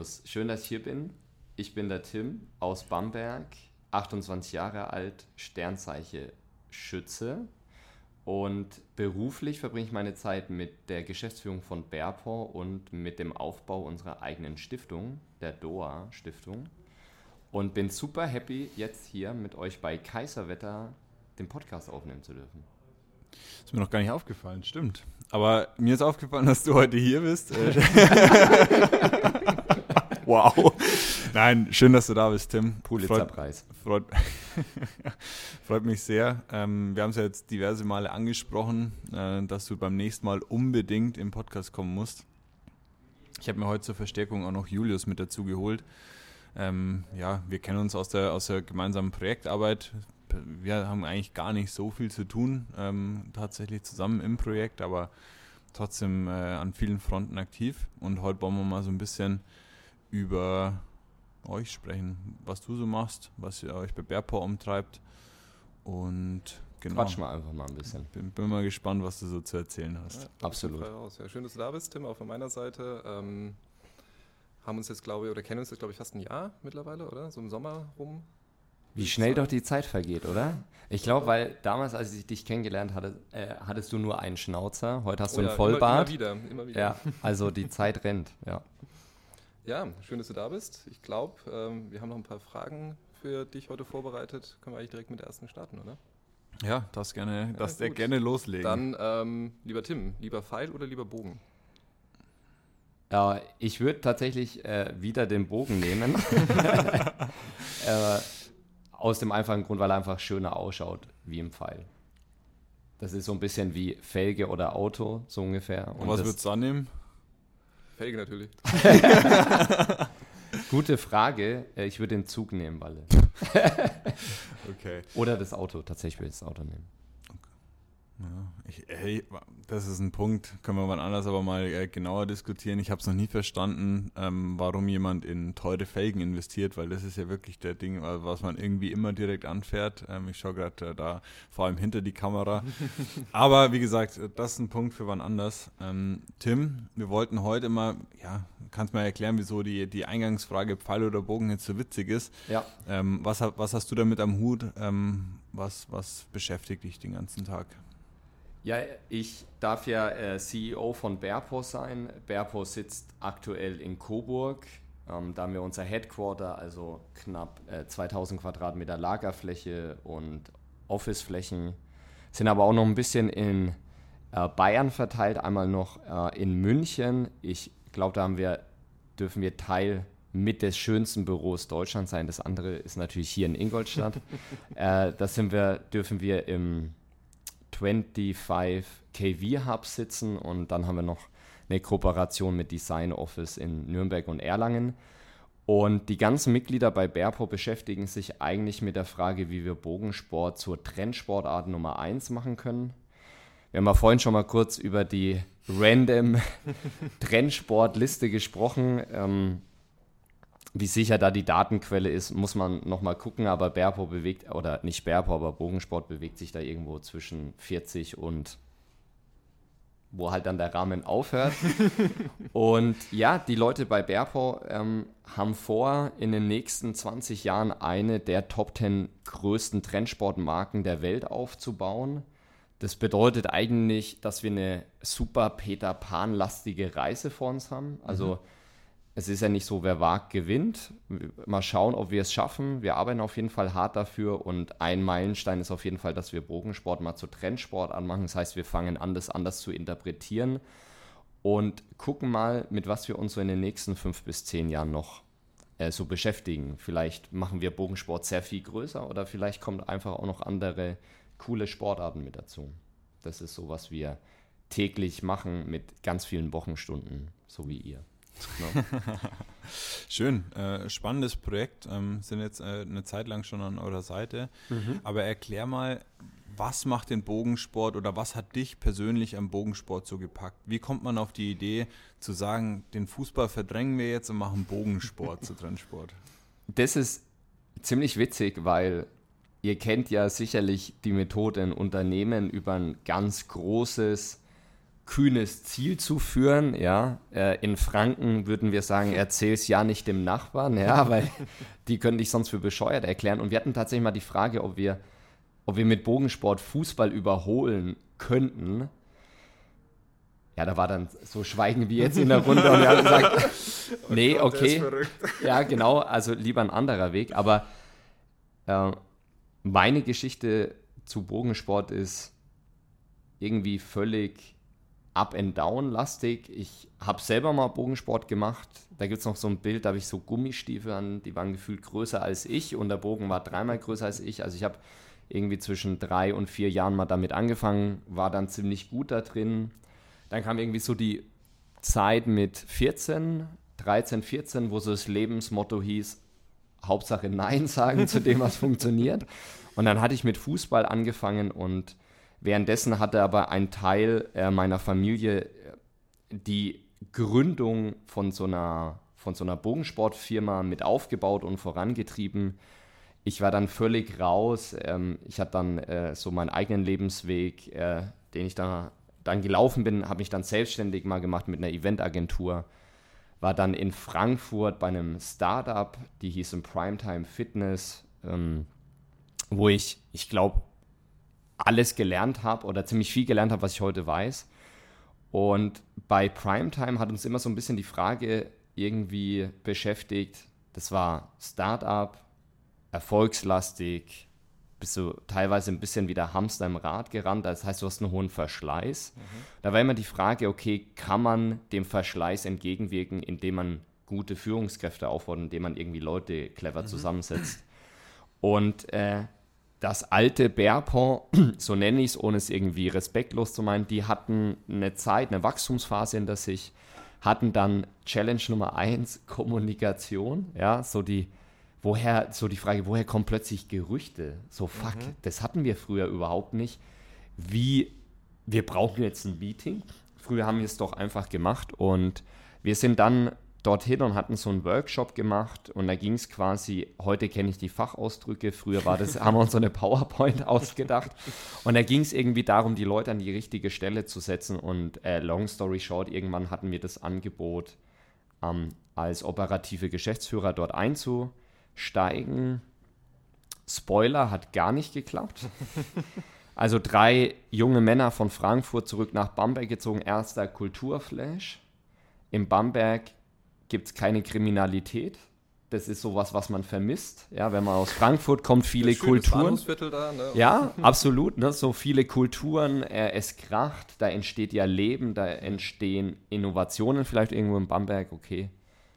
Servus, schön, dass ich hier bin. Ich bin der Tim aus Bamberg, 28 Jahre alt, Sternzeichen Schütze. Und beruflich verbringe ich meine Zeit mit der Geschäftsführung von Bearpaw und mit dem Aufbau unserer eigenen Stiftung, der DOA Stiftung. Und bin super happy, jetzt hier mit euch bei Kaiserwetter den Podcast aufnehmen zu dürfen. Ist mir noch gar nicht aufgefallen, stimmt. Aber mir ist aufgefallen, dass du heute hier bist. Wow. Nein, schön, dass du da bist, Tim. Pulitzerpreis. Freut mich sehr. Wir haben es ja jetzt diverse Male angesprochen, dass du beim nächsten Mal unbedingt im Podcast kommen musst. Ich habe mir heute zur Verstärkung auch noch Julius mit dazu geholt. Wir kennen uns aus der gemeinsamen Projektarbeit. Wir haben eigentlich gar nicht so viel zu tun, tatsächlich zusammen im Projekt, aber trotzdem an vielen Fronten aktiv. Und heute wollen wir mal so ein bisschen über euch sprechen, was du so machst, was ihr euch bei Bearpaw umtreibt. Und genau. Quatschen wir einfach mal ein bisschen. Bin mal gespannt, was du so zu erzählen hast. Ja, absolut. Ja, schön, dass du da bist, Tim, auch von meiner Seite. Haben uns jetzt, kennen uns jetzt, glaube ich, fast ein Jahr mittlerweile, oder? So im Sommer rum. Wie schnell doch die Zeit vergeht, oder? Ich glaube, weil damals, als ich dich kennengelernt hatte, hattest du nur einen Schnauzer. Heute hast du einen Vollbart. Immer wieder. Ja, also die Zeit rennt, ja. Ja, schön, dass du da bist. Ich glaube, wir haben noch ein paar Fragen für dich heute vorbereitet. Können wir eigentlich direkt mit der ersten starten, oder? Ja, gerne loslegen. Dann, lieber Tim, lieber Pfeil oder lieber Bogen? Ich würde tatsächlich wieder den Bogen nehmen. Aus dem einfachen Grund, weil er einfach schöner ausschaut wie im Pfeil. Das ist so ein bisschen wie Felge oder Auto, so ungefähr. Und was würdest du annehmen? Felge natürlich. Gute Frage. Ich würde den Zug nehmen, Walle. Okay. Oder das Auto. Tatsächlich würde ich das Auto nehmen. Ja, das ist ein Punkt, können wir mal anders aber mal genauer diskutieren. Ich habe es noch nie verstanden, warum jemand in teure Felgen investiert, weil das ist ja wirklich der Ding, was man irgendwie immer direkt anfährt. Ich schaue gerade da vor allem hinter die Kamera. Aber wie gesagt, das ist ein Punkt für wann anders. Tim, wir wollten heute mal, kannst du mal erklären, wieso die Eingangsfrage Pfeil oder Bogen jetzt so witzig ist. Ja. Was hast du damit am Hut? Was beschäftigt dich den ganzen Tag? Ja, ich darf ja CEO von Bearpaw sein. Bearpaw sitzt aktuell in Coburg. Da haben wir unser Headquarter, also knapp 2000 Quadratmeter Lagerfläche und Officeflächen. Sind aber auch noch ein bisschen in Bayern verteilt, einmal noch in München. Ich glaube, dürfen wir Teil mit des schönsten Büros Deutschlands sein. Das andere ist natürlich hier in Ingolstadt. Dürfen wir im 25 kV Hub sitzen und dann haben wir noch eine Kooperation mit Design Office in Nürnberg und Erlangen. Und die ganzen Mitglieder bei Bearpaw beschäftigen sich eigentlich mit der Frage, wie wir Bogensport zur Trendsportart Nummer 1 machen können. Wir haben ja vorhin schon mal kurz über die random Trendsportliste gesprochen. Wie sicher da die Datenquelle ist, muss man nochmal gucken, aber Bogensport bewegt sich da irgendwo zwischen 40 und wo halt dann der Rahmen aufhört. Und ja, die Leute bei Bearpaw haben vor, in den nächsten 20 Jahren eine der Top 10 größten Trendsportmarken der Welt aufzubauen. Das bedeutet eigentlich, dass wir eine super Peter Pan-lastige Reise vor uns haben. Also es ist ja nicht so, wer wagt, gewinnt. Mal schauen, ob wir es schaffen. Wir arbeiten auf jeden Fall hart dafür und ein Meilenstein ist auf jeden Fall, dass wir Bogensport mal zur Trendsport anmachen. Das heißt, wir fangen an, das anders zu interpretieren und gucken mal, mit was wir uns so in den nächsten 5 bis 10 Jahren noch so beschäftigen. Vielleicht machen wir Bogensport sehr viel größer oder vielleicht kommen einfach auch noch andere coole Sportarten mit dazu. Das ist so, was wir täglich machen mit ganz vielen Wochenstunden, so wie ihr. Genau. Schön, spannendes Projekt, sind jetzt eine Zeit lang schon an eurer Seite, aber erklär mal, was macht den Bogensport oder was hat dich persönlich am Bogensport so gepackt? Wie kommt man auf die Idee zu sagen, den Fußball verdrängen wir jetzt und machen Bogensport zu Trendsport? Das ist ziemlich witzig, weil ihr kennt ja sicherlich die Methode, ein Unternehmen über ein ganz großes kühnes Ziel zu führen. Ja. In Franken würden wir sagen, erzähl's ja nicht dem Nachbarn, ja, weil die können dich sonst für bescheuert erklären. Und wir hatten tatsächlich mal die Frage, ob wir mit Bogensport Fußball überholen könnten. Ja, da war dann so Schweigen wie jetzt in der Runde und wir haben gesagt, nee, okay. Ja, genau, also lieber ein anderer Weg. Aber meine Geschichte zu Bogensport ist irgendwie völlig up-and-down-lastig. Ich habe selber mal Bogensport gemacht. Da gibt es noch so ein Bild, da habe ich so Gummistiefel an, die waren gefühlt größer als ich und der Bogen war 3-mal größer als ich. Also ich habe irgendwie zwischen 3 und 4 Jahren mal damit angefangen, war dann ziemlich gut da drin. Dann kam irgendwie so die Zeit mit 13, 14, wo so das Lebensmotto hieß, Hauptsache Nein sagen zu dem, was funktioniert. Und dann hatte ich mit Fußball angefangen und währenddessen hatte aber ein Teil meiner Familie die Gründung von so einer Bogensportfirma mit aufgebaut und vorangetrieben. Ich war dann völlig raus. Ich hatte dann so meinen eigenen Lebensweg, den ich dann gelaufen bin, habe mich dann selbstständig mal gemacht mit einer Eventagentur. War dann in Frankfurt bei einem Startup, die hieß Primetime Fitness, wo ich glaube, alles gelernt habe oder ziemlich viel gelernt habe, was ich heute weiß. Und bei Primetime hat uns immer so ein bisschen die Frage irgendwie beschäftigt, das war Startup, erfolgslastig, bist du teilweise ein bisschen wie der Hamster im Rad gerannt, das heißt, du hast einen hohen Verschleiß. Da war immer die Frage, okay, kann man dem Verschleiß entgegenwirken, indem man gute Führungskräfte aufbaut, indem man irgendwie Leute clever zusammensetzt. Und das alte Bearpont, so nenne ich es, ohne es irgendwie respektlos zu meinen, die hatten eine Zeit, eine Wachstumsphase hinter sich, hatten dann Challenge Nummer 1, Kommunikation, ja, so die Frage, woher kommen plötzlich Gerüchte? So, fuck, das hatten wir früher überhaupt nicht. Wir brauchen jetzt ein Meeting. Früher haben wir es doch einfach gemacht und wir sind dann dorthin und hatten so einen Workshop gemacht und da ging es quasi, heute kenne ich die Fachausdrücke, früher haben wir uns so eine PowerPoint ausgedacht und da ging es irgendwie darum, die Leute an die richtige Stelle zu setzen und long story short, irgendwann hatten wir das Angebot, als operative Geschäftsführer dort einzusteigen. Spoiler, hat gar nicht geklappt. Also 3 junge Männer von Frankfurt zurück nach Bamberg gezogen, erster Kulturflash. In Bamberg gibt es keine Kriminalität. Das ist sowas, was man vermisst. Ja, wenn man aus Frankfurt kommt, viele Kulturen. Da, ne? Ja, absolut. Ne? So viele Kulturen, es kracht, da entsteht ja Leben, da entstehen Innovationen, vielleicht irgendwo in Bamberg, okay.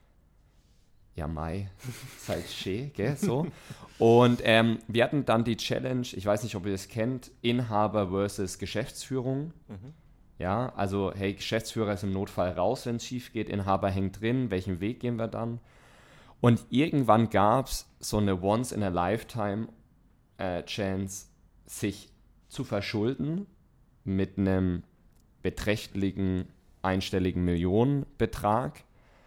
Ja, Mai, seid schön, gell, so. Und wir hatten dann die Challenge, ich weiß nicht, ob ihr das kennt, Inhaber versus Geschäftsführung. Ja, also, hey, Geschäftsführer ist im Notfall raus, wenn es schief geht, Inhaber hängt drin, welchen Weg gehen wir dann? Und irgendwann gab es so eine Once-in-a-Lifetime-Chance, sich zu verschulden mit einem beträchtlichen, einstelligen Millionenbetrag.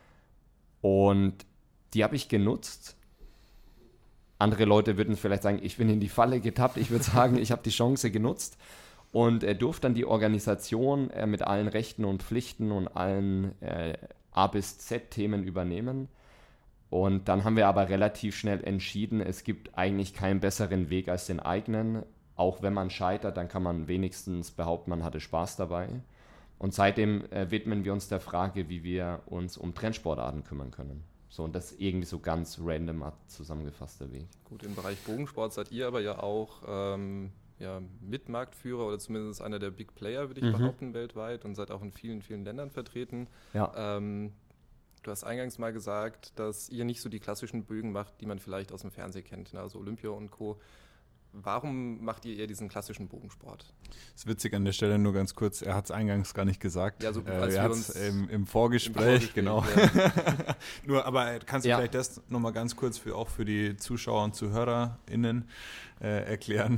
Und die habe ich genutzt. Andere Leute würden vielleicht sagen, ich bin in die Falle getappt. Ich würde sagen, ich habe die Chance genutzt und durfte dann die Organisation mit allen Rechten und Pflichten und allen A bis Z-Themen übernehmen. Und dann haben wir aber relativ schnell entschieden, es gibt eigentlich keinen besseren Weg als den eigenen. Auch wenn man scheitert, dann kann man wenigstens behaupten, man hatte Spaß dabei. Und seitdem widmen wir uns der Frage, wie wir uns um Trendsportarten kümmern können. So, und das ist irgendwie so ganz random zusammengefasster Weg. Gut, im Bereich Bogensport seid ihr aber ja auch Mitmarktführer oder zumindest einer der Big Player, würde ich behaupten, weltweit und seid auch in vielen, vielen Ländern vertreten. Ja. Du hast eingangs mal gesagt, dass ihr nicht so die klassischen Bögen macht, die man vielleicht aus dem Fernsehen kennt, ne? Also Olympia und Co. Warum macht ihr eher diesen klassischen Bogensport? Das ist witzig an der Stelle, nur ganz kurz, er hat es eingangs gar nicht gesagt. Ja, so, als wir uns im Vorgespräch, genau. Ja. Nur, aber kannst du vielleicht das nochmal ganz kurz auch für die Zuschauer und ZuhörerInnen erklären?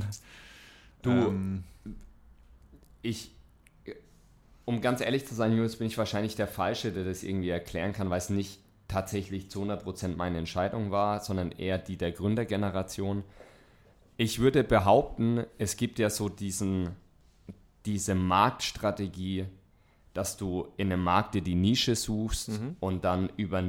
Um ganz ehrlich zu sein, Julius, bin ich wahrscheinlich der Falsche, der das irgendwie erklären kann, weil es nicht tatsächlich zu 100% meine Entscheidung war, sondern eher die der Gründergeneration. Ich würde behaupten, es gibt ja so diese Marktstrategie, dass du in einem Markt dir die Nische suchst und dann über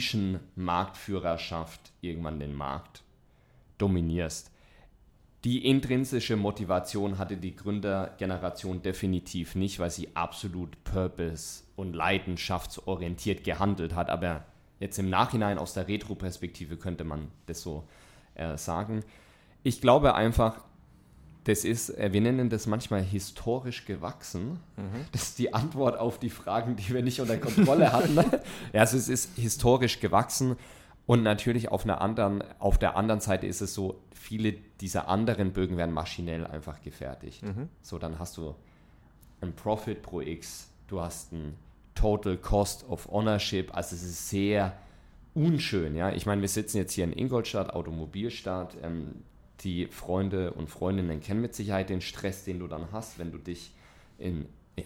Nischenmarktführerschaft irgendwann den Markt dominierst. Die intrinsische Motivation hatte die Gründergeneration definitiv nicht, weil sie absolut purpose- und leidenschaftsorientiert gehandelt hat. Aber jetzt im Nachhinein aus der Retro-Perspektive könnte man das so sagen. Ich glaube einfach, das ist, wir nennen das manchmal historisch gewachsen. Das ist die Antwort auf die Fragen, die wir nicht unter Kontrolle hatten. Ja, also es ist historisch gewachsen. Und natürlich auf der anderen Seite ist es so, viele dieser anderen Bögen werden maschinell einfach gefertigt. So, dann hast du ein Profit pro X, du hast ein Total Cost of Ownership, also es ist sehr unschön. Ja? Ich meine, wir sitzen jetzt hier in Ingolstadt, Automobilstadt, die Freunde und Freundinnen kennen mit Sicherheit den Stress, den du dann hast, wenn du dich in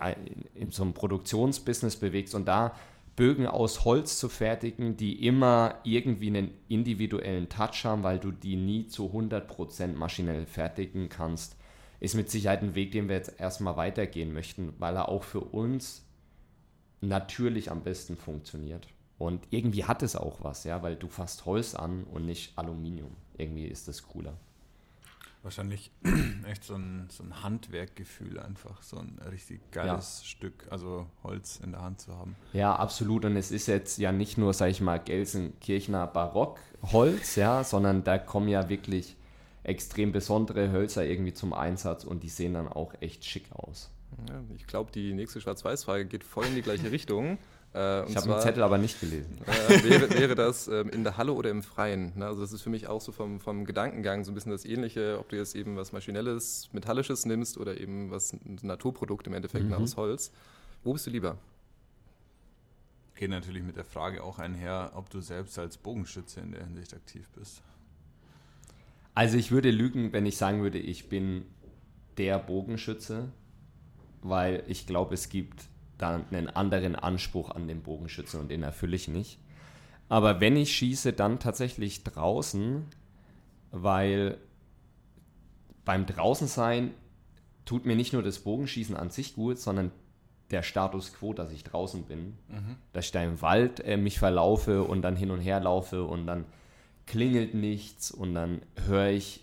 so einem Produktionsbusiness bewegst und da Bögen aus Holz zu fertigen, die immer irgendwie einen individuellen Touch haben, weil du die nie zu 100% maschinell fertigen kannst, ist mit Sicherheit ein Weg, den wir jetzt erstmal weitergehen möchten, weil er auch für uns natürlich am besten funktioniert. Und irgendwie hat es auch was, ja, weil du fasst Holz an und nicht Aluminium. Irgendwie ist das cooler. Wahrscheinlich echt so ein Handwerkgefühl einfach, so ein richtig geiles Stück, also Holz in der Hand zu haben. Ja, absolut. Und es ist jetzt ja nicht nur, sag ich mal, Gelsenkirchener Barockholz, ja, sondern da kommen ja wirklich extrem besondere Hölzer irgendwie zum Einsatz und die sehen dann auch echt schick aus. Ja, ich glaube, die nächste Schwarz-Weiß-Frage geht voll in die gleiche Richtung. Ich habe den Zettel aber nicht gelesen. Wäre das in der Halle oder im Freien? Ne? Also das ist für mich auch so vom Gedankengang so ein bisschen das Ähnliche, ob du jetzt eben was Maschinelles, Metallisches nimmst oder eben was ein Naturprodukt im Endeffekt aus Holz. Wo bist du lieber? Geht natürlich mit der Frage auch einher, ob du selbst als Bogenschütze in der Hinsicht aktiv bist. Also ich würde lügen, wenn ich sagen würde, ich bin der Bogenschütze, weil ich glaube, es gibt da einen anderen Anspruch an den Bogenschützen und den erfülle ich nicht. Aber wenn ich schieße, dann tatsächlich draußen, weil beim Draußensein tut mir nicht nur das Bogenschießen an sich gut, sondern der Status quo, dass ich draußen bin, dass ich da im Wald mich verlaufe und dann hin und her laufe und dann klingelt nichts und dann höre ich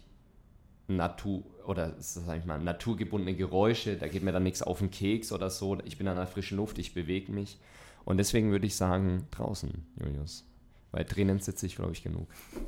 naturgebundene Geräusche, da geht mir dann nichts auf den Keks oder so, ich bin an der frischen Luft, ich bewege mich und deswegen würde ich sagen, draußen, Julius, weil drinnen sitze ich, glaube ich, genug.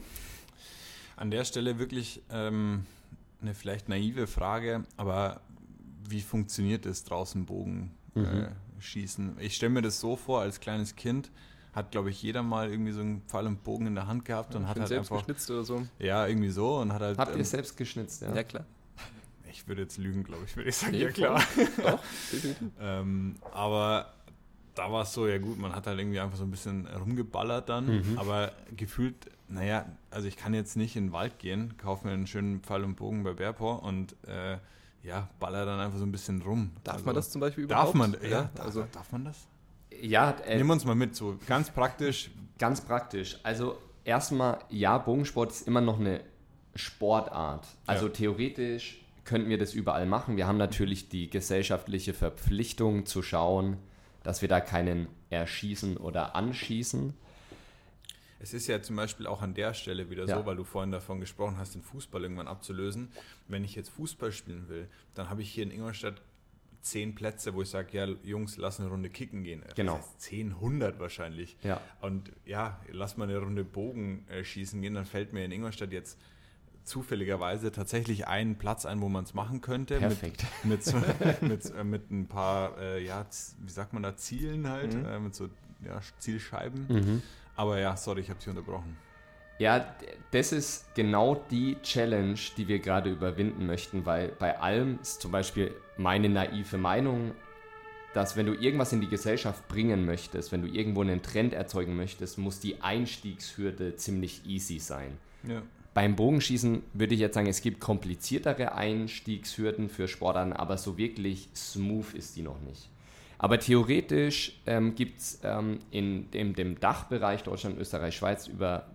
An der Stelle wirklich eine vielleicht naive Frage, aber wie funktioniert es draußen Bogen schießen? Ich stelle mir das so vor, als kleines Kind hat, glaube ich, jeder mal irgendwie so einen Pfeil und Bogen in der Hand gehabt und hat halt selbst einfach geschnitzt oder so. Ja, irgendwie so und hat halt. Habt ihr selbst geschnitzt, ja? Ja, klar. Ich würde jetzt lügen, glaube ich, würde ich sagen, ja klar. Doch, definitiv. Aber da war es so, ja gut, man hat halt irgendwie einfach so ein bisschen rumgeballert dann, aber gefühlt, naja, also ich kann jetzt nicht in den Wald gehen, kaufe mir einen schönen Pfeil und Bogen bei Berpo und baller dann einfach so ein bisschen rum. Darf man das zum Beispiel überhaupt? Darf man, darf man das? Ja, nimm uns mal mit, so ganz praktisch. Ganz praktisch. Also erstmal, ja, Bogensport ist immer noch eine Sportart. Also theoretisch könnten wir das überall machen. Wir haben natürlich die gesellschaftliche Verpflichtung zu schauen, dass wir da keinen erschießen oder anschießen. Es ist ja zum Beispiel auch an der Stelle wieder so, weil du vorhin davon gesprochen hast, den Fußball irgendwann abzulösen. Wenn ich jetzt Fußball spielen will, dann habe ich hier in Ingolstadt 10 Plätze, wo ich sage, ja, Jungs, lass eine Runde kicken gehen. Genau. Das heißt 10, 100 wahrscheinlich. Ja. Und ja, lass mal eine Runde Bogen schießen gehen, dann fällt mir in Ingolstadt jetzt zufälligerweise tatsächlich einen Platz ein, wo man es machen könnte. Perfekt. Mit ein paar, wie sagt man da, Zielen halt, mit so Zielscheiben. Aber ja, sorry, ich habe dich unterbrochen. Ja, das ist genau die Challenge, die wir gerade überwinden möchten, weil bei allem ist zum Beispiel meine naive Meinung, dass wenn du irgendwas in die Gesellschaft bringen möchtest, wenn du irgendwo einen Trend erzeugen möchtest, muss die Einstiegshürde ziemlich easy sein. Ja. Beim Bogenschießen würde ich jetzt sagen, es gibt kompliziertere Einstiegshürden für Sportarten, aber so wirklich smooth ist die noch nicht. Aber theoretisch gibt es in dem Dachbereich Deutschland, Österreich, Schweiz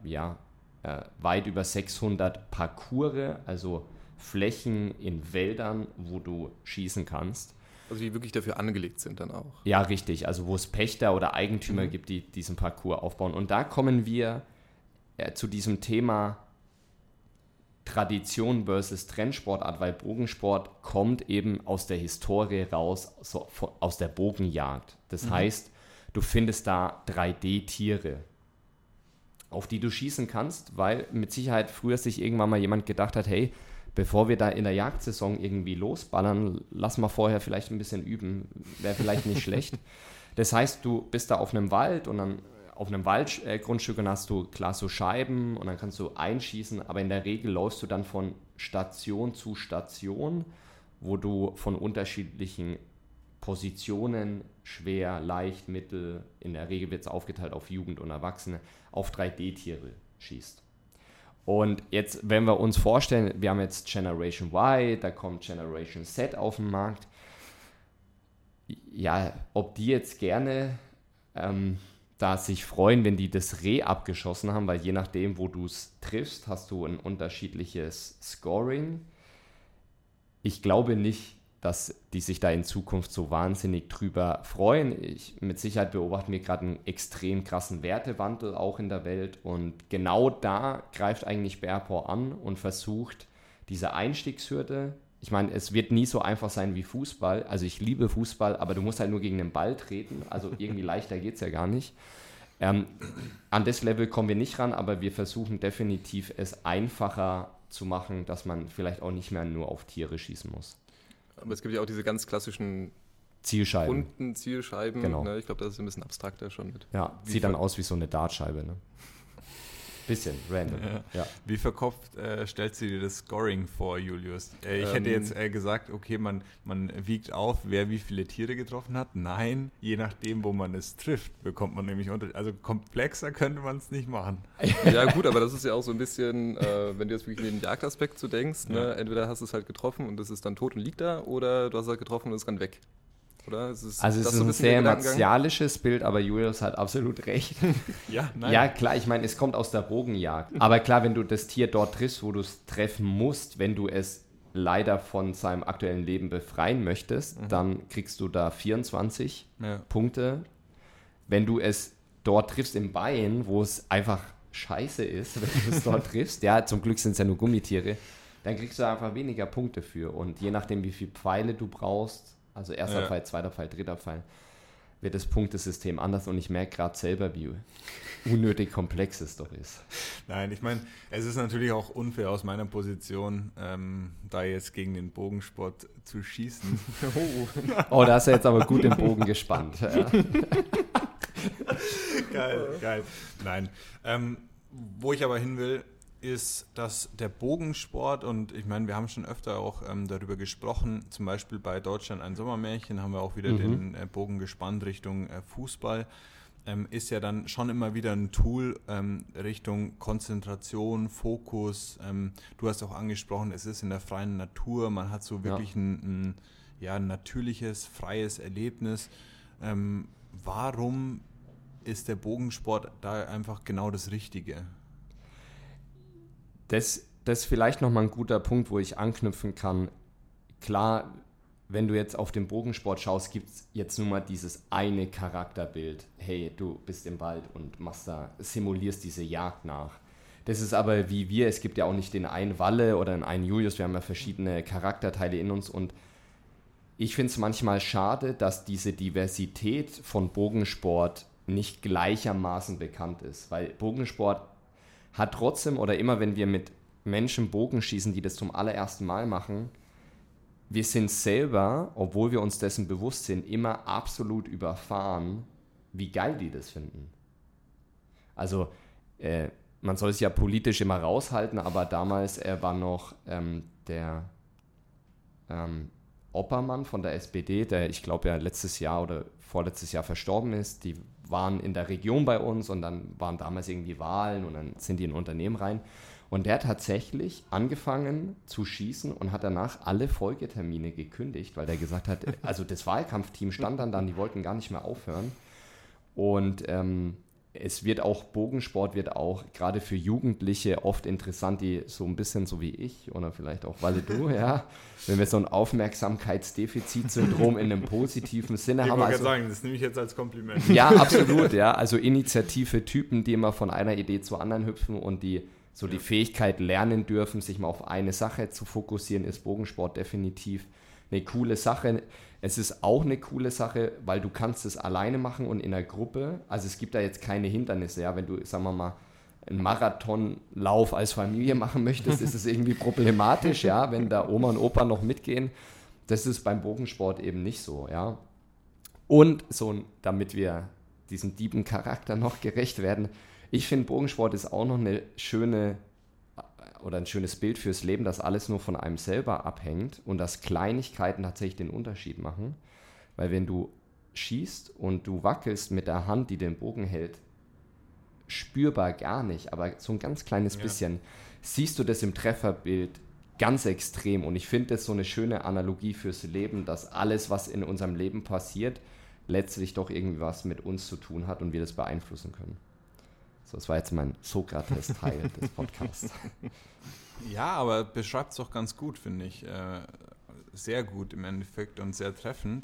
weit über 600 Parcours, also Flächen in Wäldern, wo du schießen kannst. Also die wirklich dafür angelegt sind dann auch. Ja, richtig. Also wo es Pächter oder Eigentümer gibt, die diesen Parcours aufbauen. Und da kommen wir zu diesem Thema Tradition versus Trendsportart, weil Bogensport kommt eben aus der Historie raus, aus der Bogenjagd. Das heißt, du findest da 3D-Tiere, auf die du schießen kannst, weil mit Sicherheit früher sich irgendwann mal jemand gedacht hat, hey, bevor wir da in der Jagdsaison irgendwie losballern, lass mal vorher vielleicht ein bisschen üben, wäre vielleicht nicht schlecht. Das heißt, du bist da auf einem Wald und dann auf einem Waldgrundstück und hast du klar so Scheiben und dann kannst du einschießen, aber in der Regel läufst du dann von Station zu Station, wo du von unterschiedlichen Positionen, schwer, leicht, mittel, in der Regel wird es aufgeteilt auf Jugend und Erwachsene, auf 3D-Tiere schießt. Und jetzt, wenn wir uns vorstellen, wir haben jetzt Generation Y, da kommt Generation Z auf den Markt. Ja, ob die jetzt gerne da sich freuen, wenn die das Reh abgeschossen haben, weil je nachdem, wo du es triffst, hast du ein unterschiedliches Scoring. Ich glaube nicht, dass die sich da in Zukunft so wahnsinnig drüber freuen. Mit Sicherheit beobachten wir gerade einen extrem krassen Wertewandel auch in der Welt und genau da greift eigentlich Bearpaw an und versucht, diese Einstiegshürde, ich meine, es wird nie so einfach sein wie Fußball, also ich liebe Fußball, aber du musst halt nur gegen den Ball treten, also irgendwie leichter geht es ja gar nicht. An das Level kommen wir nicht ran, aber wir versuchen definitiv es einfacher zu machen, dass man vielleicht auch nicht mehr nur auf Tiere schießen muss. Aber es gibt ja auch diese ganz klassischen Zielscheiben. Runden Zielscheiben. Genau. Ne? Ich glaube, das ist ein bisschen abstrakter schon mit. Ja, sieht dann aus wie so eine Dartscheibe. Ne? Bisschen random. Ja. Wie verkopft stellst du dir das Scoring vor, Julius? Ich hätte jetzt gesagt, okay, man wiegt auf, wer wie viele Tiere getroffen hat. Nein, je nachdem, wo man es trifft, bekommt man nämlich also komplexer könnte man es nicht machen. Ja gut, aber das ist ja auch so ein bisschen, wenn du jetzt wirklich den Jagdaspekt so denkst, ne? Entweder hast du es halt getroffen und es ist dann tot und liegt da, oder du hast es halt getroffen und es rennt weg. Oder? Es ist ein sehr martialisches Bild, aber Julius hat absolut recht. Ja, klar, ich meine, es kommt aus der Bogenjagd. Aber klar, wenn du das Tier dort triffst, wo du es treffen musst, wenn du es leider von seinem aktuellen Leben befreien möchtest, dann kriegst du da 24 Punkte. Wenn du es dort triffst im Bein, wo es einfach scheiße ist, wenn du es dort triffst, ja, zum Glück sind es ja nur Gummitiere, dann kriegst du einfach weniger Punkte für. Und je nachdem, wie viele Pfeile du brauchst, also erster Pfeil, zweiter Pfeil, dritter Pfeil, wird das Punktesystem anders und ich merke gerade selber, wie unnötig komplex es doch ist. Nein, ich meine, es ist natürlich auch unfair aus meiner Position, da jetzt gegen den Bogensport zu schießen. Oh, da hast du jetzt aber gut den Bogen gespannt. Ja. Geil. Nein. Wo ich aber hin will, ist, dass der Bogensport, und ich meine, wir haben schon öfter auch darüber gesprochen, zum Beispiel bei Deutschland ein Sommermärchen haben wir auch wieder den Bogen gespannt Richtung Fußball, ist ja dann schon immer wieder ein Tool Richtung Konzentration, Fokus. Du hast auch angesprochen, es ist in der freien Natur, man hat so wirklich ein natürliches, freies Erlebnis. Warum ist der Bogensport da einfach genau das Richtige? Das ist vielleicht nochmal ein guter Punkt, wo ich anknüpfen kann. Klar, wenn du jetzt auf den Bogensport schaust, gibt es jetzt nur mal dieses eine Charakterbild. Hey, du bist im Wald und simulierst diese Jagd nach. Das ist aber wie wir, es gibt ja auch nicht den einen Walle oder den einen Julius, wir haben ja verschiedene Charakterteile in uns und ich finde es manchmal schade, dass diese Diversität von Bogensport nicht gleichermaßen bekannt ist, weil Bogensport hat trotzdem, oder immer wenn wir mit Menschen Bogen schießen, die das zum allerersten Mal machen, wir sind selber, obwohl wir uns dessen bewusst sind, immer absolut überfahren, wie geil die das finden. Also man soll es ja politisch immer raushalten, aber damals war noch der Oppermann von der SPD, der ich glaube ja letztes Jahr oder vorletztes Jahr verstorben ist, die waren in der Region bei uns und dann waren damals irgendwie Wahlen und dann sind die in ein Unternehmen rein. Und der hat tatsächlich angefangen zu schießen und hat danach alle Folgetermine gekündigt, weil der gesagt hat, also das Wahlkampfteam stand dann, die wollten gar nicht mehr aufhören. Und Bogensport wird auch gerade für Jugendliche oft interessant, die so ein bisschen so wie ich oder vielleicht auch Walle du, ja, wenn wir so ein Aufmerksamkeitsdefizitsyndrom in einem positiven Sinne haben. Ich wollte sagen, das nehme ich jetzt als Kompliment. Ja, absolut, ja. Also initiative Typen, die immer von einer Idee zur anderen hüpfen und die so die Fähigkeit lernen dürfen, sich mal auf eine Sache zu fokussieren, ist Bogensport definitiv eine coole Sache. Es ist auch eine coole Sache, weil du kannst es alleine machen und in der Gruppe. Also es gibt da jetzt keine Hindernisse. Ja? Wenn du, sagen wir mal, einen Marathonlauf als Familie machen möchtest, ist es irgendwie problematisch, ja? Wenn da Oma und Opa noch mitgehen. Das ist beim Bogensport eben nicht so. Ja? Und so, damit wir diesem Diebencharakter noch gerecht werden, ich finde, Bogensport ist auch noch eine schöne oder ein schönes Bild fürs Leben, dass alles nur von einem selber abhängt und dass Kleinigkeiten tatsächlich den Unterschied machen. Weil wenn du schießt und du wackelst mit der Hand, die den Bogen hält, spürbar gar nicht, aber so ein ganz kleines bisschen, siehst du das im Trefferbild ganz extrem. Und ich finde das so eine schöne Analogie fürs Leben, dass alles, was in unserem Leben passiert, letztlich doch irgendwie was mit uns zu tun hat und wir das beeinflussen können. So, das war jetzt mein Sokrates-Teil des Podcasts. Ja, aber beschreibt es doch ganz gut, finde ich. Sehr gut im Endeffekt und sehr treffend.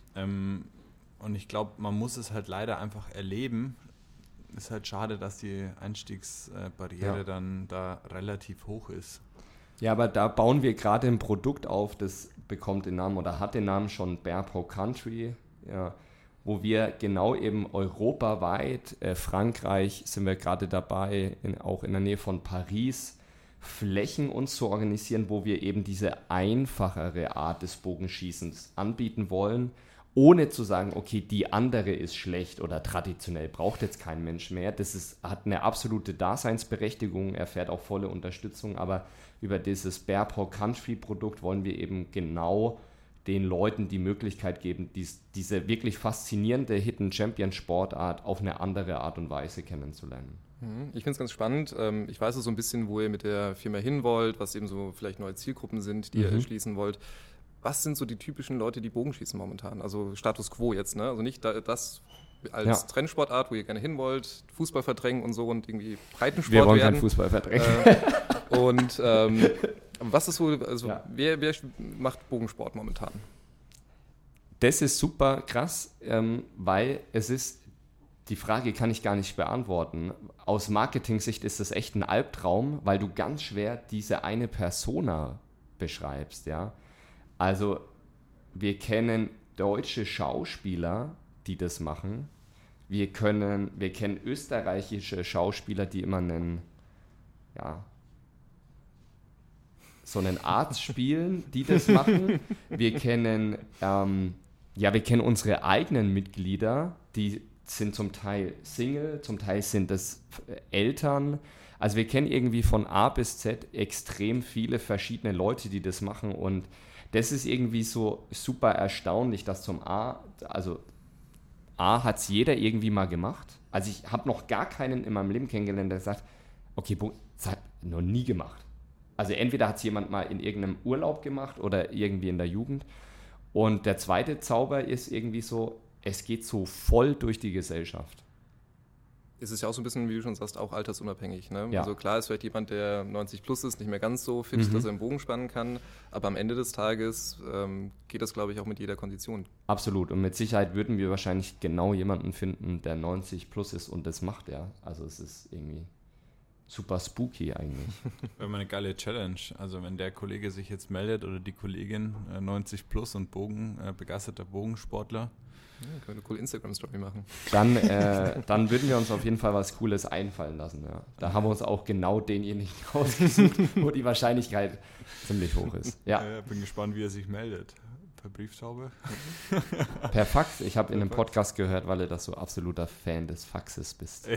Und ich glaube, man muss es halt leider einfach erleben. Ist halt schade, dass die Einstiegsbarriere dann da relativ hoch ist. Ja, aber da bauen wir gerade ein Produkt auf, das bekommt den Namen oder hat den Namen schon Bear Pro Country, ja, wo wir genau eben europaweit, Frankreich sind wir gerade dabei, auch in der Nähe von Paris, Flächen uns zu organisieren, wo wir eben diese einfachere Art des Bogenschießens anbieten wollen, ohne zu sagen, okay, die andere ist schlecht oder traditionell braucht jetzt kein Mensch mehr. Das hat eine absolute Daseinsberechtigung, erfährt auch volle Unterstützung, aber über dieses Bear Pro Country Produkt wollen wir eben genau den Leuten die Möglichkeit geben, diese wirklich faszinierende Hidden Champion Sportart auf eine andere Art und Weise kennenzulernen. Ich finde es ganz spannend. Ich weiß so ein bisschen, wo ihr mit der Firma hin wollt, was eben so vielleicht neue Zielgruppen sind, die ihr erschließen wollt. Was sind so die typischen Leute, die Bogenschießen momentan? Also Status Quo jetzt, ne? Also nicht das als Trendsportart, wo ihr gerne hin wollt, Fußball verdrängen und so und irgendwie Breitensport werden. Wir wollen keinen Fußball verdrängen. Was ist so, also wer macht Bogensport momentan? Das ist super krass, weil es ist, die Frage kann ich gar nicht beantworten. Aus Marketing-Sicht ist das echt ein Albtraum, weil du ganz schwer diese eine Persona beschreibst, ja. Also wir kennen deutsche Schauspieler, die das machen. Wir kennen österreichische Schauspieler, die immer so einen Arzt spielen, die das machen. Wir kennen unsere eigenen Mitglieder, die sind zum Teil Single, zum Teil sind das Eltern. Also wir kennen irgendwie von A bis Z extrem viele verschiedene Leute, die das machen und das ist irgendwie so super erstaunlich, dass hat es jeder irgendwie mal gemacht. Also ich habe noch gar keinen in meinem Leben kennengelernt, der sagt, okay, das hat noch nie gemacht. Also entweder hat es jemand mal in irgendeinem Urlaub gemacht oder irgendwie in der Jugend. Und der zweite Zauber ist irgendwie so, es geht so voll durch die Gesellschaft. Es ist ja auch so ein bisschen, wie du schon sagst, auch altersunabhängig. Ne? Ja. Also klar ist vielleicht jemand, der 90 plus ist, nicht mehr ganz so fit, dass er einen Bogen spannen kann. Aber am Ende des Tages geht das, glaube ich, auch mit jeder Kondition. Absolut. Und mit Sicherheit würden wir wahrscheinlich genau jemanden finden, der 90 plus ist und das macht er. Also es ist irgendwie super spooky eigentlich. Wäre mal eine geile Challenge. Also wenn der Kollege sich jetzt meldet oder die Kollegin 90 plus und begeisterter Bogensportler. Ja, können wir eine coole Instagram-Story machen. Dann würden wir uns auf jeden Fall was Cooles einfallen lassen. Ja. Da haben wir uns auch genau denjenigen ausgesucht, wo die Wahrscheinlichkeit ziemlich hoch ist. Ja. Bin gespannt, wie er sich meldet. Per Brieftaube? Per Fax. Ich habe in einem Podcast gehört, weil du das so absoluter Fan des Faxes bist.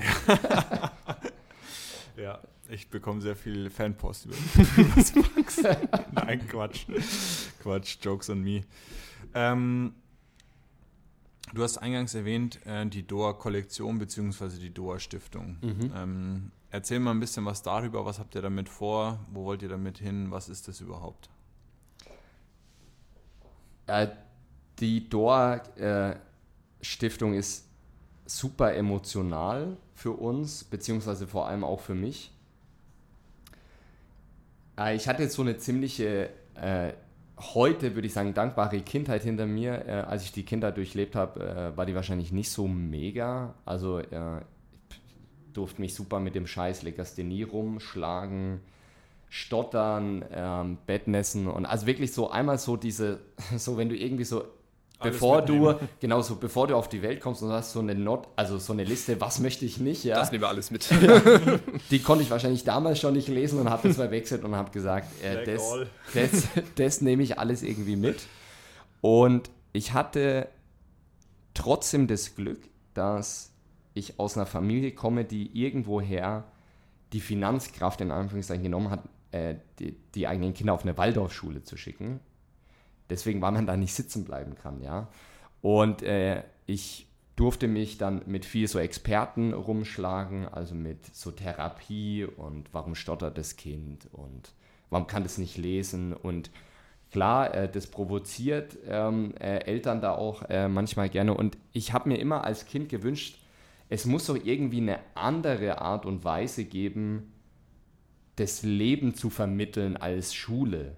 Ja, ich bekomme sehr viel Fanpost über das Fax. Nein, Quatsch, Jokes on me. Du hast eingangs erwähnt, die DOA-Kollektion bzw. die DOA-Stiftung. Erzähl mal ein bisschen was darüber. Was habt ihr damit vor? Wo wollt ihr damit hin? Was ist das überhaupt? Die DOA-Stiftung ist super emotional für uns, beziehungsweise vor allem auch für mich. Ich hatte jetzt so eine ziemliche, heute würde ich sagen, dankbare Kindheit hinter mir. Als ich die Kindheit durchlebt habe, war die wahrscheinlich nicht so mega. Also ich durfte mich super mit dem Scheiß Legasthenie rumschlagen, stottern, Bettnässen und also wirklich so einmal so diese, so wenn du irgendwie so bevor du auf die Welt kommst und hast so eine Liste, was möchte ich nicht, ja. Das nehmen wir alles mit. Die konnte ich wahrscheinlich damals schon nicht lesen und habe das verwechselt und habe gesagt, das nehme ich alles irgendwie mit. Und ich hatte trotzdem das Glück, dass ich aus einer Familie komme, die irgendwoher die Finanzkraft in Anführungszeichen genommen hat, die eigenen Kinder auf eine Waldorfschule zu schicken. Deswegen, weil man da nicht sitzen bleiben kann, ja. Und ich durfte mich dann mit viel so Experten rumschlagen, also mit so Therapie und warum stottert das Kind und warum kann das nicht lesen und klar, das provoziert Eltern da auch manchmal gerne und ich habe mir immer als Kind gewünscht, es muss doch irgendwie eine andere Art und Weise geben, das Leben zu vermitteln als Schule.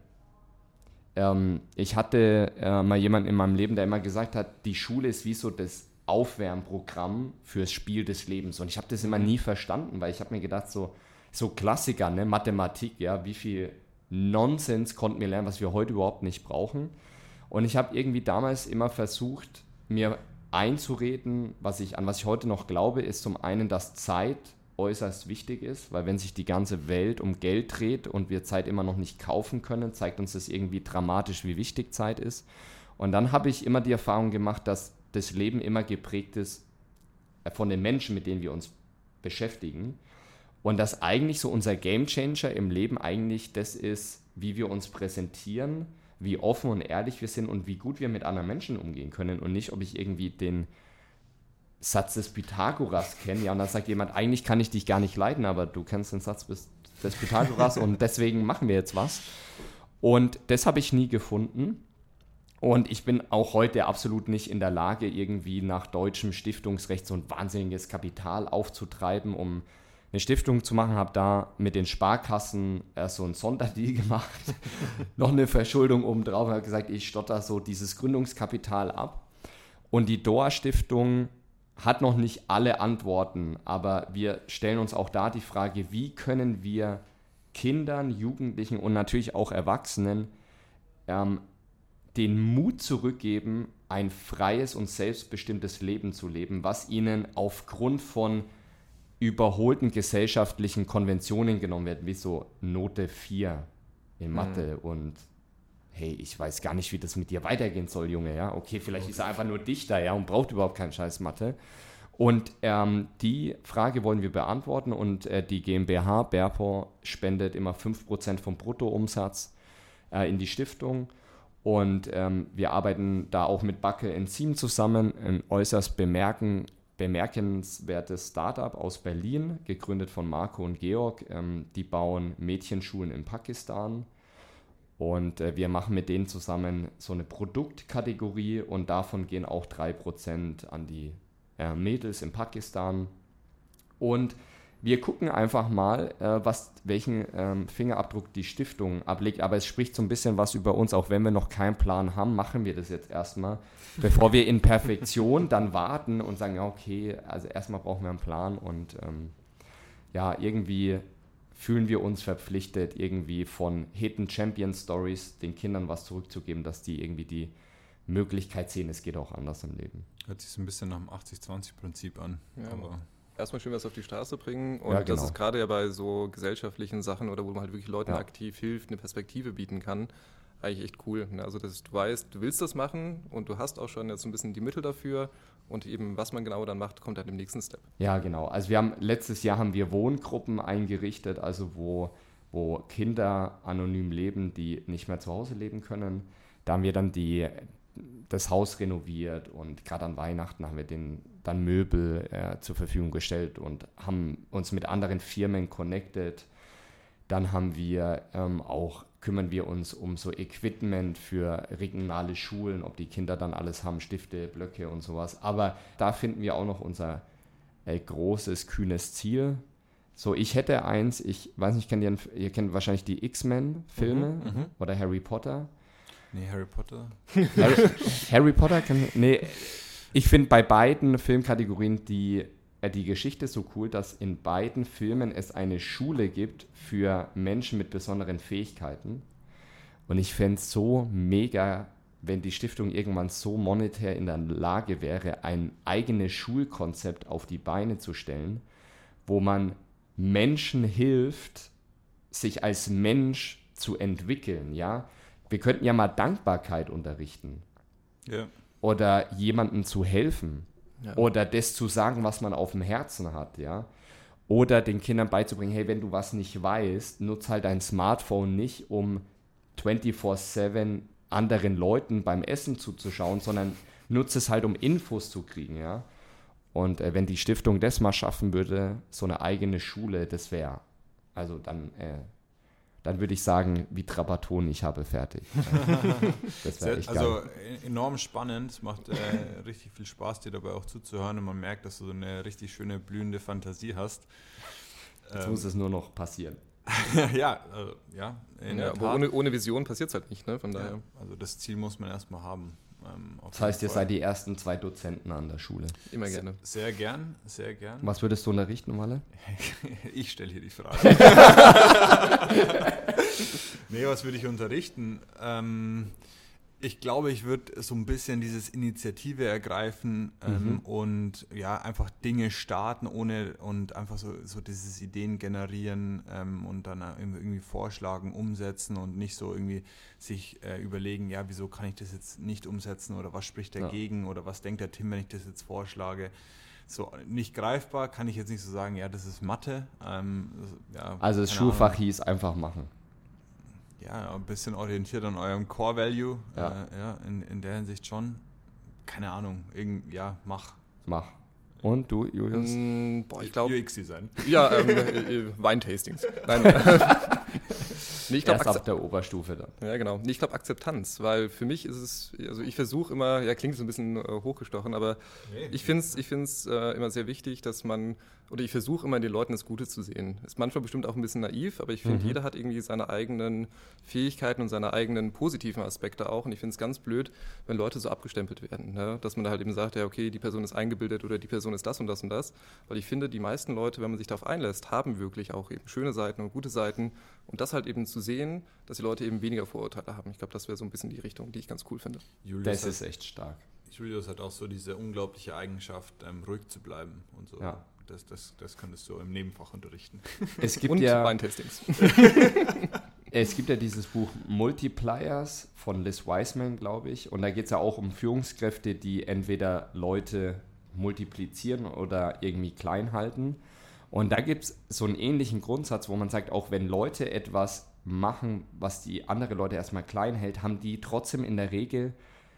Ich hatte mal jemanden in meinem Leben, der immer gesagt hat, die Schule ist wie so das Aufwärmprogramm fürs Spiel des Lebens. Und ich habe das immer nie verstanden, weil ich habe mir gedacht, so Klassiker, ne, Mathematik, ja, wie viel Nonsens konnten wir lernen, was wir heute überhaupt nicht brauchen. Und ich habe irgendwie damals immer versucht, mir einzureden, an was ich heute noch glaube, ist zum einen, dass Zeit äußerst wichtig ist, weil wenn sich die ganze Welt um Geld dreht und wir Zeit immer noch nicht kaufen können, zeigt uns das irgendwie dramatisch, wie wichtig Zeit ist. Und dann habe ich immer die Erfahrung gemacht, dass das Leben immer geprägt ist von den Menschen, mit denen wir uns beschäftigen. Und dass eigentlich so unser Gamechanger im Leben eigentlich das ist, wie wir uns präsentieren, wie offen und ehrlich wir sind und wie gut wir mit anderen Menschen umgehen können und nicht, ob ich irgendwie den Satz des Pythagoras kenne, ja, und dann sagt jemand, eigentlich kann ich dich gar nicht leiden, aber du kennst den Satz des Pythagoras und deswegen machen wir jetzt was. Und das habe ich nie gefunden. Und ich bin auch heute absolut nicht in der Lage, irgendwie nach deutschem Stiftungsrecht so ein wahnsinniges Kapital aufzutreiben, um eine Stiftung zu machen. Habe da mit den Sparkassen erst so ein Sonderdeal gemacht, noch eine Verschuldung obendrauf und habe gesagt, ich stotter so dieses Gründungskapital ab. Und die DOA-Stiftung hat noch nicht alle Antworten, aber wir stellen uns auch da die Frage, wie können wir Kindern, Jugendlichen und natürlich auch Erwachsenen den Mut zurückgeben, ein freies und selbstbestimmtes Leben zu leben, was ihnen aufgrund von überholten gesellschaftlichen Konventionen genommen wird, wie so Note 4 in Mathe und hey, ich weiß gar nicht, wie das mit dir weitergehen soll, Junge, ja, okay, vielleicht ist er einfach nur Dichter, ja, und braucht überhaupt keinen Scheiß Mathe. Und die Frage wollen wir beantworten und die GmbH Berpo spendet immer 5% vom Bruttoumsatz in die Stiftung und wir arbeiten da auch mit Backe Enzym zusammen, ein äußerst bemerkenswertes Startup aus Berlin, gegründet von Marco und Georg, die bauen Mädchenschulen in Pakistan. Und wir machen mit denen zusammen so eine Produktkategorie und davon gehen auch 3% an die Mädels in Pakistan. Und wir gucken einfach mal, welchen Fingerabdruck die Stiftung ablegt. Aber es spricht so ein bisschen was über uns, auch wenn wir noch keinen Plan haben, machen wir das jetzt erstmal, bevor wir in Perfektion dann warten und sagen, ja okay, also erstmal brauchen wir einen Plan und irgendwie fühlen wir uns verpflichtet, irgendwie von Hidden Champion Stories den Kindern was zurückzugeben, dass die irgendwie die Möglichkeit sehen, es geht auch anders im Leben. Hört sich so ein bisschen nach dem 80-20-Prinzip an. Ja, aber erstmal schön was auf die Straße bringen und ja, genau. Das ist gerade ja bei so gesellschaftlichen Sachen oder wo man halt wirklich Leuten aktiv hilft, eine Perspektive bieten kann, eigentlich echt cool. Also dass du weißt, du willst das machen und du hast auch schon jetzt so ein bisschen die Mittel dafür und eben was man genau dann macht, kommt dann im nächsten Step. Ja, genau. Also letztes Jahr haben wir Wohngruppen eingerichtet, also wo Kinder anonym leben, die nicht mehr zu Hause leben können. Da haben wir dann das Haus renoviert und gerade an Weihnachten haben wir dann Möbel zur Verfügung gestellt und haben uns mit anderen Firmen connected. Dann haben wir kümmern wir uns um so Equipment für regionale Schulen, ob die Kinder dann alles haben, Stifte, Blöcke und sowas. Aber da finden wir auch noch unser großes, kühnes Ziel. So, ich hätte eins, ich weiß nicht, ihr kennt wahrscheinlich die X-Men-Filme oder Harry Potter. Nee, Harry Potter. Harry Potter ich finde bei beiden Filmkategorien die Geschichte so cool, dass in beiden Filmen es eine Schule gibt für Menschen mit besonderen Fähigkeiten. Und ich fände es so mega, wenn die Stiftung irgendwann so monetär in der Lage wäre, ein eigenes Schulkonzept auf die Beine zu stellen, wo man Menschen hilft, sich als Mensch zu entwickeln, ja. Wir könnten ja mal Dankbarkeit unterrichten. Ja. Oder jemandem zu helfen. Ja. Oder das zu sagen, was man auf dem Herzen hat, ja. Oder den Kindern beizubringen, hey, wenn du was nicht weißt, nutz halt dein Smartphone nicht, um 24/7 anderen Leuten beim Essen zuzuschauen, sondern nutze es halt, um Infos zu kriegen, ja. Und wenn die Stiftung das mal schaffen würde, so eine eigene Schule, das wäre, also dann würde ich sagen, wie Trapattoni, ich habe fertig. Das wäre echt geil. Also enorm spannend, es macht richtig viel Spaß, dir dabei auch zuzuhören und man merkt, dass du so eine richtig schöne, blühende Fantasie hast. Jetzt muss es nur noch passieren. In der aber Tat. ohne Vision passiert es halt nicht, ne? Von daher. Ja, also das Ziel muss man erstmal haben. Das heißt, ihr seid die ersten 2 Dozenten an der Schule. Immer gerne. Sehr gern, sehr gern. Was würdest du unterrichten, Walle? Ich stelle hier die Frage. Nee, was würde ich unterrichten? Ich glaube, ich würde so ein bisschen dieses Initiative ergreifen und ja, einfach Dinge starten und einfach so dieses Ideen generieren und dann irgendwie vorschlagen, umsetzen und nicht so irgendwie sich überlegen, ja, wieso kann ich das jetzt nicht umsetzen oder was spricht dagegen oder was denkt der Tim, wenn ich das jetzt vorschlage. So nicht greifbar, kann ich jetzt nicht so sagen, ja, das ist Mathe. Also das Schulfach hieß einfach machen. Ja, ein bisschen orientiert an eurem Core-Value, in der Hinsicht schon. Keine Ahnung, mach. Und du, Julius? Ich glaube... UX-Design. Ja, Weintastings. Nein. Nee, ich Erst ab der Oberstufe dann. Ja, genau. Nee, ich glaube Akzeptanz, weil für mich ist es, also ich versuche immer, klingt so ein bisschen hochgestochen, aber ich finde es immer sehr wichtig, dass man, oder ich versuche immer den Leuten das Gute zu sehen. Ist manchmal bestimmt auch ein bisschen naiv, aber ich finde, jeder hat irgendwie seine eigenen Fähigkeiten und seine eigenen positiven Aspekte auch und ich finde es ganz blöd, wenn Leute so abgestempelt werden, ne? Dass man da halt eben sagt, ja okay, die Person ist eingebildet oder die Person ist das und das und das, weil ich finde, die meisten Leute, wenn man sich darauf einlässt, haben wirklich auch eben schöne Seiten und gute Seiten und das halt eben zu sehen, dass die Leute eben weniger Vorurteile haben. Ich glaube, das wäre so ein bisschen die Richtung, die ich ganz cool finde. Das ist echt stark. Julius hat auch so diese unglaubliche Eigenschaft, ruhig zu bleiben und so. Ja. Das könntest du im Nebenfach unterrichten. Es gibt und ja Weintastings. Es gibt ja dieses Buch Multipliers von Liz Wiseman, glaube ich. Und da geht es ja auch um Führungskräfte, die entweder Leute multiplizieren oder irgendwie klein halten. Und da gibt es so einen ähnlichen Grundsatz, wo man sagt, auch wenn Leute etwas machen, was die andere Leute erstmal klein hält, haben die trotzdem in der Regel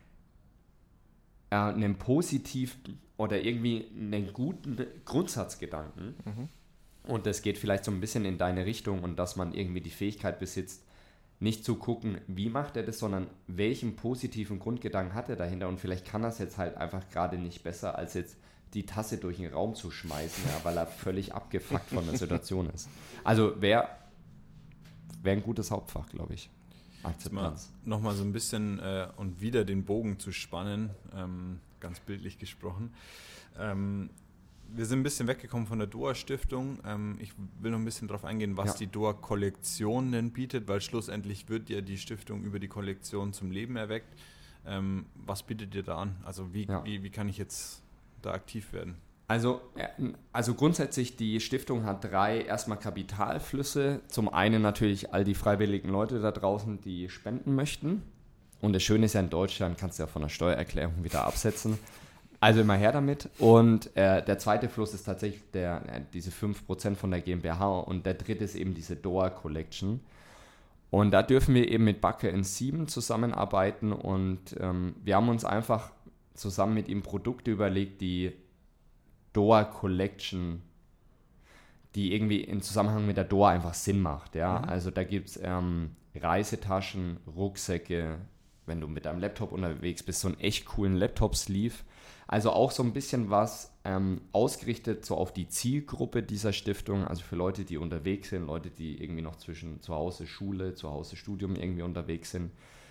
einen positiven oder irgendwie einen guten Grundsatzgedanken. Und das geht vielleicht so ein bisschen in deine Richtung und dass man irgendwie die Fähigkeit besitzt, nicht zu gucken, wie macht er das, sondern welchen positiven Grundgedanken hat er dahinter und vielleicht kann er es jetzt halt einfach gerade nicht besser, als jetzt die Tasse durch den Raum zu schmeißen, weil er völlig abgefuckt von der Situation ist. Also wäre ein gutes Hauptfach, glaube ich. Akzeptanz. Nochmal so ein bisschen und wieder den Bogen zu spannen, ganz bildlich gesprochen. Wir sind ein bisschen weggekommen von der DOA-Stiftung. Ich will noch ein bisschen darauf eingehen, was die DOA-Kollektion denn bietet, weil schlussendlich wird ja die Stiftung über die Kollektion zum Leben erweckt. Was bietet ihr da an? Also wie kann ich jetzt da aktiv werden? Also grundsätzlich, die Stiftung hat 3 erstmal Kapitalflüsse. Zum einen natürlich all die freiwilligen Leute da draußen, die spenden möchten. Und das Schöne ist ja, in Deutschland kannst du ja von der Steuererklärung wieder absetzen. Also immer her damit. Und der zweite Fluss ist tatsächlich diese 5% von der GmbH und der dritte ist eben diese DOA Collection. Und da dürfen wir eben mit Backe in 7 zusammenarbeiten und wir haben uns einfach zusammen mit ihm Produkte überlegt, die DOA Collection die irgendwie im Zusammenhang mit der Door einfach Sinn macht. Ja? Also da gibt es Reisetaschen, Rucksäcke, wenn du mit deinem Laptop unterwegs bist, so einen echt coolen Laptop-Sleeve. Also auch so ein bisschen was ausgerichtet so auf die Zielgruppe dieser Stiftung, also für Leute, die unterwegs sind, Leute, die irgendwie noch zwischen zu Hause Schule, zu Hause Studium irgendwie unterwegs sind.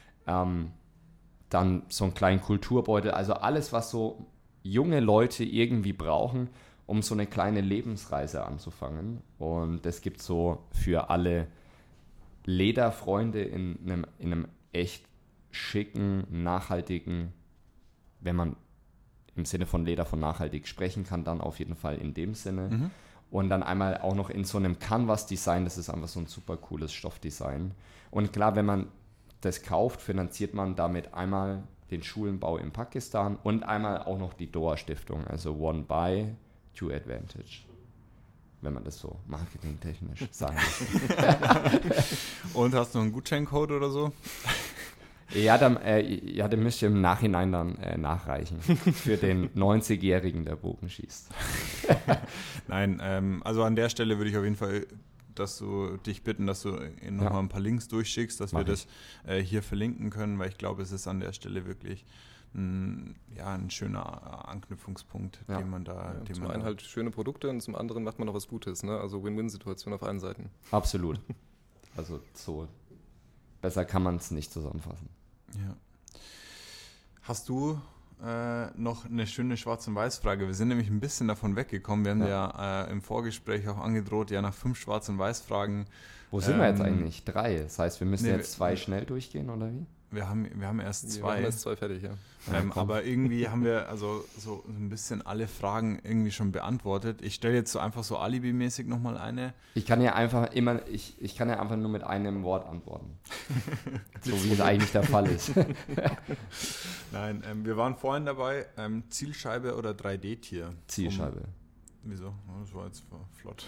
Dann so einen kleinen Kulturbeutel, also alles, was so junge Leute irgendwie brauchen, um so eine kleine Lebensreise anzufangen. Und das gibt so für alle Lederfreunde in einem echt schicken, nachhaltigen, wenn man im Sinne von Leder von nachhaltig sprechen kann, dann auf jeden Fall in dem Sinne. Und dann einmal auch noch in so einem Canvas-Design, das ist einfach so ein super cooles Stoffdesign. Und klar, wenn man das kauft, finanziert man damit einmal den Schulenbau in Pakistan und einmal auch noch die Door-Stiftung, also One Buy, Two Advantage. Wenn man das so marketingtechnisch sagen will. Und hast du noch einen Gutscheincode oder so? Ja, den müsst ihr im Nachhinein dann nachreichen. Für den 90-Jährigen, der Bogen schießt. Nein, also an der Stelle würde ich auf jeden Fall dich bitten, dass du nochmal ein paar Links durchschickst, dass wir das hier verlinken können, weil ich glaube, es ist an der Stelle wirklich ein schöner Anknüpfungspunkt, den man da... Ja, zum einen halt schöne Produkte und zum anderen macht man noch was Gutes, ne? Also Win-Win-Situation auf allen Seiten. Absolut. Also so besser kann man es nicht zusammenfassen. Ja. Hast du noch eine schöne Schwarz- und Weiß-Frage? Wir sind nämlich ein bisschen davon weggekommen. Wir haben ja im Vorgespräch auch angedroht, ja nach 5 Schwarz- und Weiß-Fragen. Wo sind wir jetzt eigentlich? 3. Das heißt, wir müssen jetzt 2 schnell durchgehen, oder wie? Wir haben erst 2. Wir haben erst 2 fertig, ja. Aber irgendwie haben wir also so ein bisschen alle Fragen irgendwie schon beantwortet. Ich stelle jetzt so einfach so alibimäßig nochmal eine. Ich kann ja einfach nur mit einem Wort antworten. So wie es eigentlich der Fall ist. Nein, wir waren vorhin dabei, Zielscheibe oder 3D-Tier? Zielscheibe. Wieso? Oh, das war jetzt flott.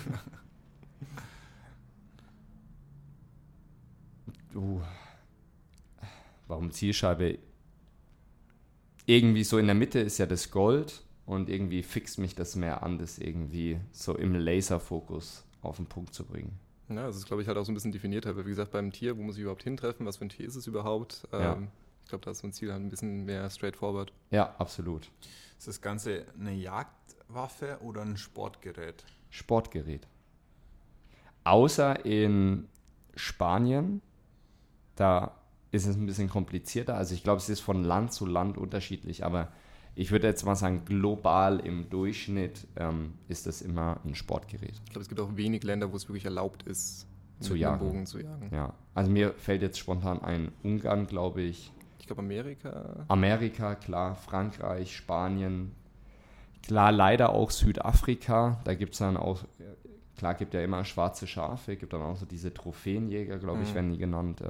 Warum Zielscheibe? Irgendwie so in der Mitte ist ja das Gold und irgendwie fixt mich das mehr an, das irgendwie so im Laserfokus auf den Punkt zu bringen. Ja, das ist, glaube ich, halt auch so ein bisschen definierter. Weil, wie gesagt, beim Tier, wo muss ich überhaupt hintreffen? Was für ein Tier ist es überhaupt? Ich glaube, da ist so ein Ziel halt ein bisschen mehr straightforward. Ja, absolut. Ist das Ganze eine Jagdwaffe oder ein Sportgerät? Sportgerät. Außer in Spanien, da ist es ein bisschen komplizierter. Also ich glaube, es ist von Land zu Land unterschiedlich, aber ich würde jetzt mal sagen, global im Durchschnitt ist das immer ein Sportgerät. Ich glaube, es gibt auch wenig Länder, wo es wirklich erlaubt ist, mit einem Bogen zu jagen. Ja, also mir fällt jetzt spontan ein Ungarn, glaube ich. Ich glaube Amerika. Amerika, klar, Frankreich, Spanien, klar, leider auch Südafrika. Da gibt es dann auch, klar, gibt ja immer schwarze Schafe, gibt dann auch so diese Trophäenjäger, glaube ich, werden die genannt.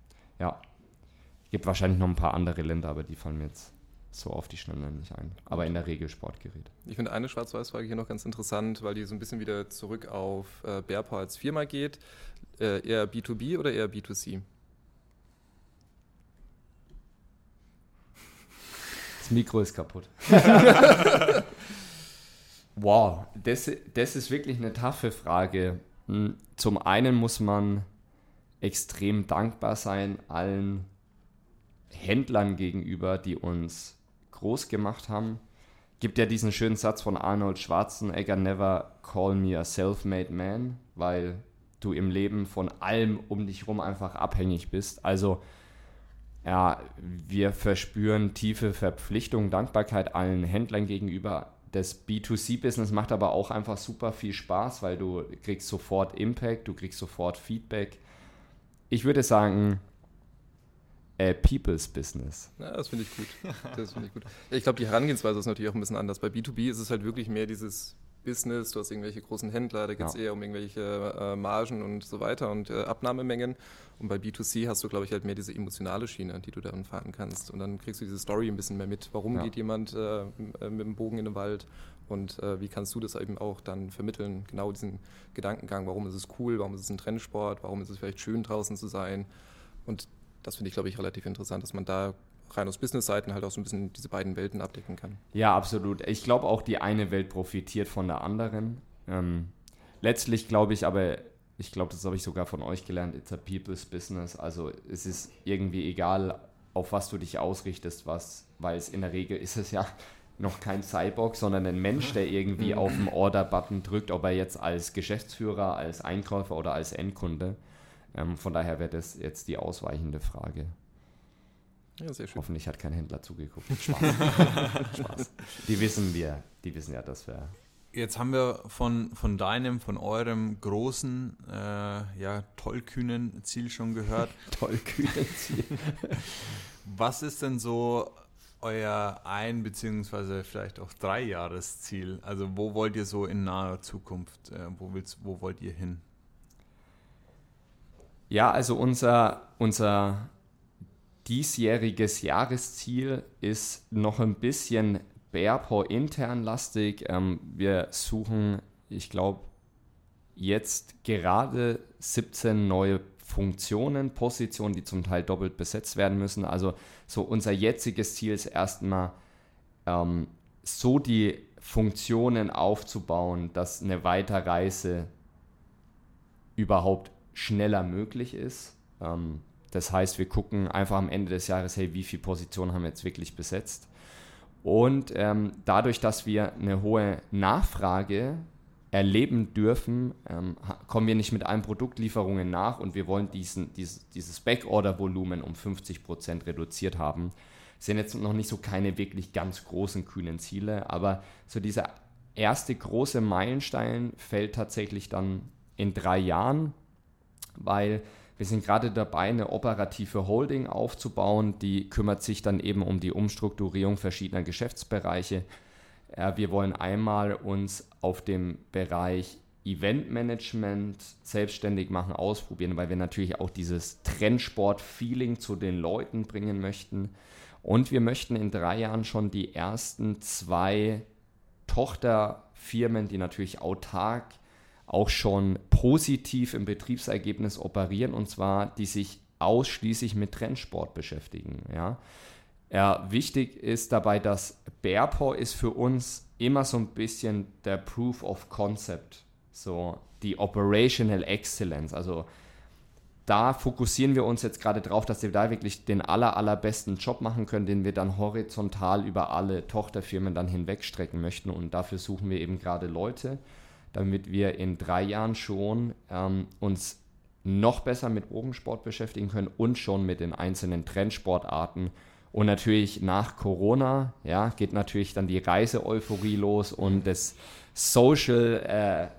Gibt wahrscheinlich noch ein paar andere Länder, aber die fallen mir jetzt so auf die Schnelle nicht ein. Aber in der Regel Sportgerät. Ich finde eine Schwarz-Weiß-Frage hier noch ganz interessant, weil die so ein bisschen wieder zurück auf Bearpaw als Firma geht. Eher B2B oder eher B2C? Das Mikro ist kaputt. Wow, das ist wirklich eine taffe Frage. Zum einen muss man extrem dankbar sein allen Händlern gegenüber, die uns groß gemacht haben. Gibt ja diesen schönen Satz von Arnold Schwarzenegger, never call me a self-made man, weil du im Leben von allem um dich rum einfach abhängig bist. Also ja, wir verspüren tiefe Verpflichtung, Dankbarkeit allen Händlern gegenüber. Das B2C-Business macht aber auch einfach super viel Spaß, weil du kriegst sofort Impact, du kriegst sofort Feedback. Ich würde sagen, People's Business. Ja, das finde ich gut. Ich glaube, die Herangehensweise ist natürlich auch ein bisschen anders. Bei B2B ist es halt wirklich mehr dieses Business, du hast irgendwelche großen Händler, da geht es eher um irgendwelche Margen und so weiter und Abnahmemengen. Und bei B2C hast du, glaube ich, halt mehr diese emotionale Schiene, die du dann fahren kannst. Und dann kriegst du diese Story ein bisschen mehr mit. Warum geht jemand mit dem Bogen in den Wald? Und wie kannst du das eben auch dann vermitteln? Genau diesen Gedankengang. Warum ist es cool? Warum ist es ein Trendsport? Warum ist es vielleicht schön, draußen zu sein? Und das finde ich, glaube ich, relativ interessant, dass man da rein aus Business-Seiten halt auch so ein bisschen diese beiden Welten abdecken kann. Ja, absolut. Ich glaube auch, die eine Welt profitiert von der anderen. letztlich glaube ich, aber ich glaube, das habe ich sogar von euch gelernt, it's a people's business. Also es ist irgendwie egal, auf was du dich ausrichtest, weil es in der Regel ist es ja noch kein Cyborg, sondern ein Mensch, der irgendwie auf den Order-Button drückt, ob er jetzt als Geschäftsführer, als Einkäufer oder als Endkunde. Von daher wäre das jetzt die ausweichende Frage. Ja, sehr schön. Hoffentlich hat kein Händler zugeguckt. Spaß. Spaß. Die wissen ja, dass wir... Jetzt haben wir von eurem großen, tollkühnen Ziel schon gehört. Tollkühnen Ziel. Was ist denn so euer beziehungsweise vielleicht auch 3-Jahres-Ziel? Also wo wollt ihr so in naher Zukunft, wo wollt ihr hin? Ja, also unser diesjähriges Jahresziel ist noch ein bisschen Bearpaw intern lastig. Wir suchen, ich glaube, jetzt gerade 17 neue Funktionen, Positionen, die zum Teil doppelt besetzt werden müssen. Also so unser jetziges Ziel ist erstmal so die Funktionen aufzubauen, dass eine Weiterreise überhaupt schneller möglich ist. Das heißt, wir gucken einfach am Ende des Jahres, hey, wie viele Positionen haben wir jetzt wirklich besetzt? Und dadurch, dass wir eine hohe Nachfrage erleben dürfen, kommen wir nicht mit allen Produktlieferungen nach und wir wollen dieses Backorder-Volumen um 50% reduziert haben. Das sind jetzt noch nicht so keine wirklich ganz großen, kühnen Ziele, aber so dieser erste große Meilenstein fällt tatsächlich dann in 3 Jahren, weil wir sind gerade dabei, eine operative Holding aufzubauen, die kümmert sich dann eben um die Umstrukturierung verschiedener Geschäftsbereiche. Wir wollen einmal uns auf dem Bereich Eventmanagement selbstständig machen, ausprobieren, weil wir natürlich auch dieses Trendsport-Feeling zu den Leuten bringen möchten. Und wir möchten in 3 Jahren schon die ersten 2 Tochterfirmen, die natürlich autark auch schon positiv im Betriebsergebnis operieren, und zwar die sich ausschließlich mit Trendsport beschäftigen. Ja. Wichtig ist dabei, dass Bearpaw ist für uns immer so ein bisschen der Proof of Concept, so die Operational Excellence. Also da fokussieren wir uns jetzt gerade drauf, dass wir da wirklich den allerbesten Job machen können, den wir dann horizontal über alle Tochterfirmen dann hinwegstrecken möchten, und dafür suchen wir eben gerade Leute, damit wir in 3 Jahren schon uns noch besser mit Bogensport beschäftigen können und schon mit den einzelnen Trendsportarten. Und natürlich nach Corona, ja, geht natürlich dann die Reise-Euphorie los und das Social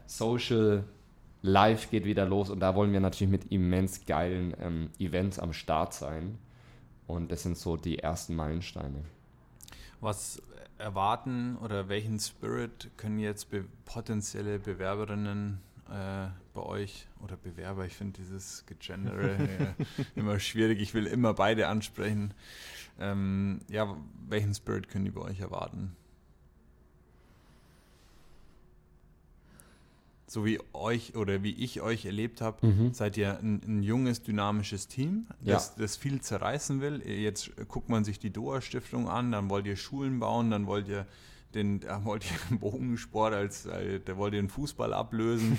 Life geht wieder los, und da wollen wir natürlich mit immens geilen Events am Start sein. Und das sind so die ersten Meilensteine. Was erwarten oder welchen Spirit können jetzt potenzielle Bewerberinnen bei euch oder Bewerber, ich finde dieses Gegendere immer schwierig, ich will immer beide ansprechen. Welchen Spirit können die bei euch erwarten? So wie ich euch erlebt habe, seid ihr ein junges, dynamisches Team, das viel zerreißen will. Jetzt guckt man sich die Doha-Stiftung an, dann wollt ihr Schulen bauen, dann wollt ihr den Bogensport da wollt ihr den Fußball ablösen.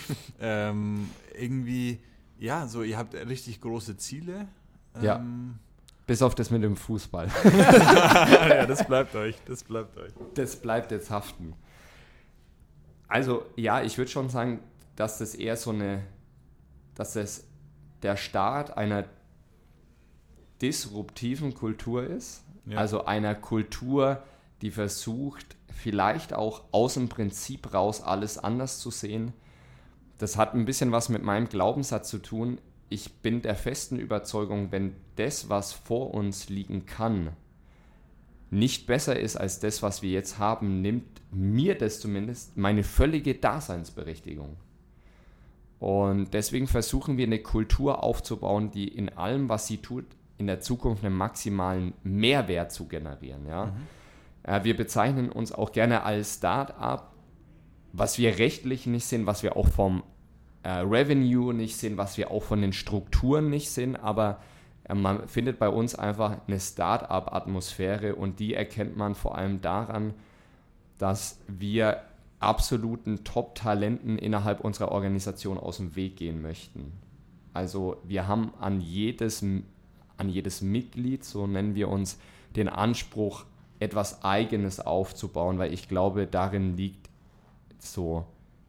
Ihr habt richtig große Ziele. Bis auf das mit dem Fußball. Ja, das bleibt euch. Das bleibt jetzt haften. Also ja, ich würde schon sagen, dass das eher dass es der Start einer disruptiven Kultur ist. Ja. Also einer Kultur, die versucht, vielleicht auch aus dem Prinzip raus alles anders zu sehen. Das hat ein bisschen was mit meinem Glaubenssatz zu tun. Ich bin der festen Überzeugung, wenn das, was vor uns liegen kann, nicht besser ist als das, was wir jetzt haben, nimmt mir das zumindest meine völlige Daseinsberechtigung. Und deswegen versuchen wir eine Kultur aufzubauen, die in allem, was sie tut, in der Zukunft einen maximalen Mehrwert zu generieren. Ja? Wir bezeichnen uns auch gerne als Start-up, was wir rechtlich nicht sind, was wir auch vom Revenue nicht sehen, was wir auch von den Strukturen nicht sehen, aber man findet bei uns einfach eine Start-up-Atmosphäre, und die erkennt man vor allem daran, dass wir absoluten Top-Talenten innerhalb unserer Organisation aus dem Weg gehen möchten. Also wir haben an jedes Mitglied, so nennen wir uns, den Anspruch, etwas Eigenes aufzubauen, weil ich glaube, darin liegt so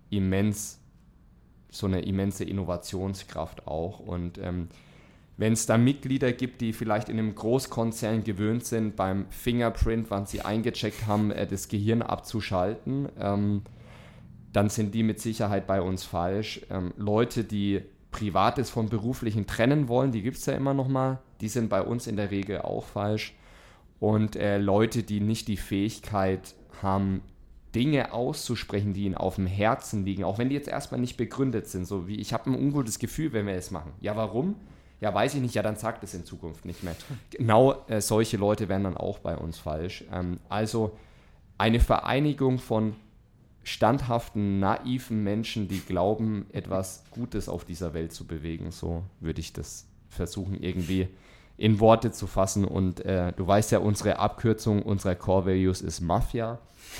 eine immense Innovationskraft auch. Und wenn es da Mitglieder gibt, die vielleicht in einem Großkonzern gewöhnt sind, beim Fingerprint, wann sie eingecheckt haben, das Gehirn abzuschalten, dann sind die mit Sicherheit bei uns falsch. Leute, die Privates vom Beruflichen trennen wollen, die gibt es ja immer noch mal, die sind bei uns in der Regel auch falsch. Und Leute, die nicht die Fähigkeit haben, Dinge auszusprechen, die ihnen auf dem Herzen liegen, auch wenn die jetzt erstmal nicht begründet sind, so wie ich habe ein ungutes Gefühl, wenn wir es machen. Ja, warum? Ja, weiß ich nicht, ja, dann sagt es in Zukunft nicht mehr. Genau solche Leute wären dann auch bei uns falsch. Also eine Vereinigung von standhaften, naiven Menschen, die glauben, etwas Gutes auf dieser Welt zu bewegen, so würde ich das versuchen irgendwie in Worte zu fassen. Und du weißt ja, unsere Abkürzung unserer Core Values ist Mafia.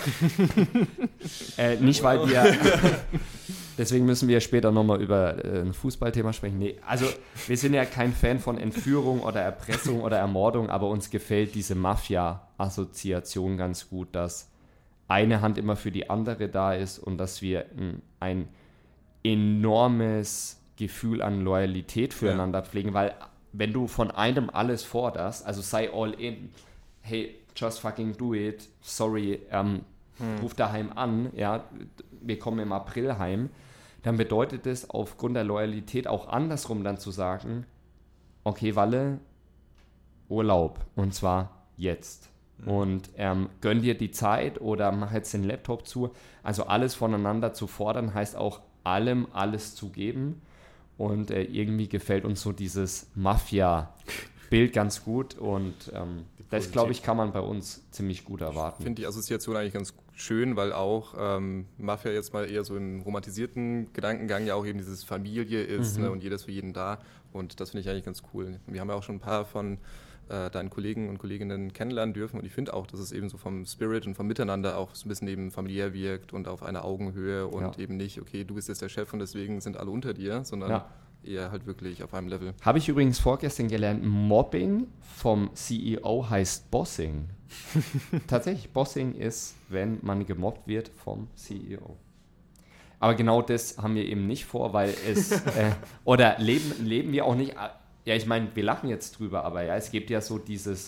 Nicht, weil wir... Deswegen müssen wir später nochmal über ein Fußballthema sprechen. Nee, also wir sind ja kein Fan von Entführung oder Erpressung oder Ermordung, aber uns gefällt diese Mafia-Assoziation ganz gut, dass eine Hand immer für die andere da ist und dass wir ein enormes Gefühl an Loyalität füreinander pflegen, weil wenn du von einem alles forderst, also sei all in, hey, just fucking do it, sorry, ruf daheim an, ja, wir kommen im April heim, dann bedeutet es aufgrund der Loyalität auch andersrum dann zu sagen, okay, Walle, Urlaub, und zwar jetzt. Und gönn dir die Zeit oder mach jetzt den Laptop zu. Also alles voneinander zu fordern, heißt auch allem alles zu geben. Und irgendwie gefällt uns so dieses Mafia-Bild ganz gut und das, glaube ich, kann man bei uns ziemlich gut erwarten. Ich finde die Assoziation eigentlich ganz schön, weil auch Mafia jetzt mal eher so im romantisierten Gedankengang ja auch eben dieses Familie ist, ne, und jeder ist für jeden da und das finde ich eigentlich ganz cool. Wir haben ja auch schon ein paar von deinen Kollegen und Kolleginnen kennenlernen dürfen und ich finde auch, dass es eben so vom Spirit und vom Miteinander auch so ein bisschen eben familiär wirkt und auf einer Augenhöhe und eben nicht, okay, du bist jetzt der Chef und deswegen sind alle unter dir, sondern eher halt wirklich auf einem Level. Habe ich übrigens vorgestern gelernt, Mobbing vom CEO heißt Bossing. Tatsächlich, Bossing ist, wenn man gemobbt wird vom CEO. Aber genau das haben wir eben nicht vor, weil es, oder leben wir auch nicht... Ja, ich meine, wir lachen jetzt drüber, aber ja, es gibt ja so dieses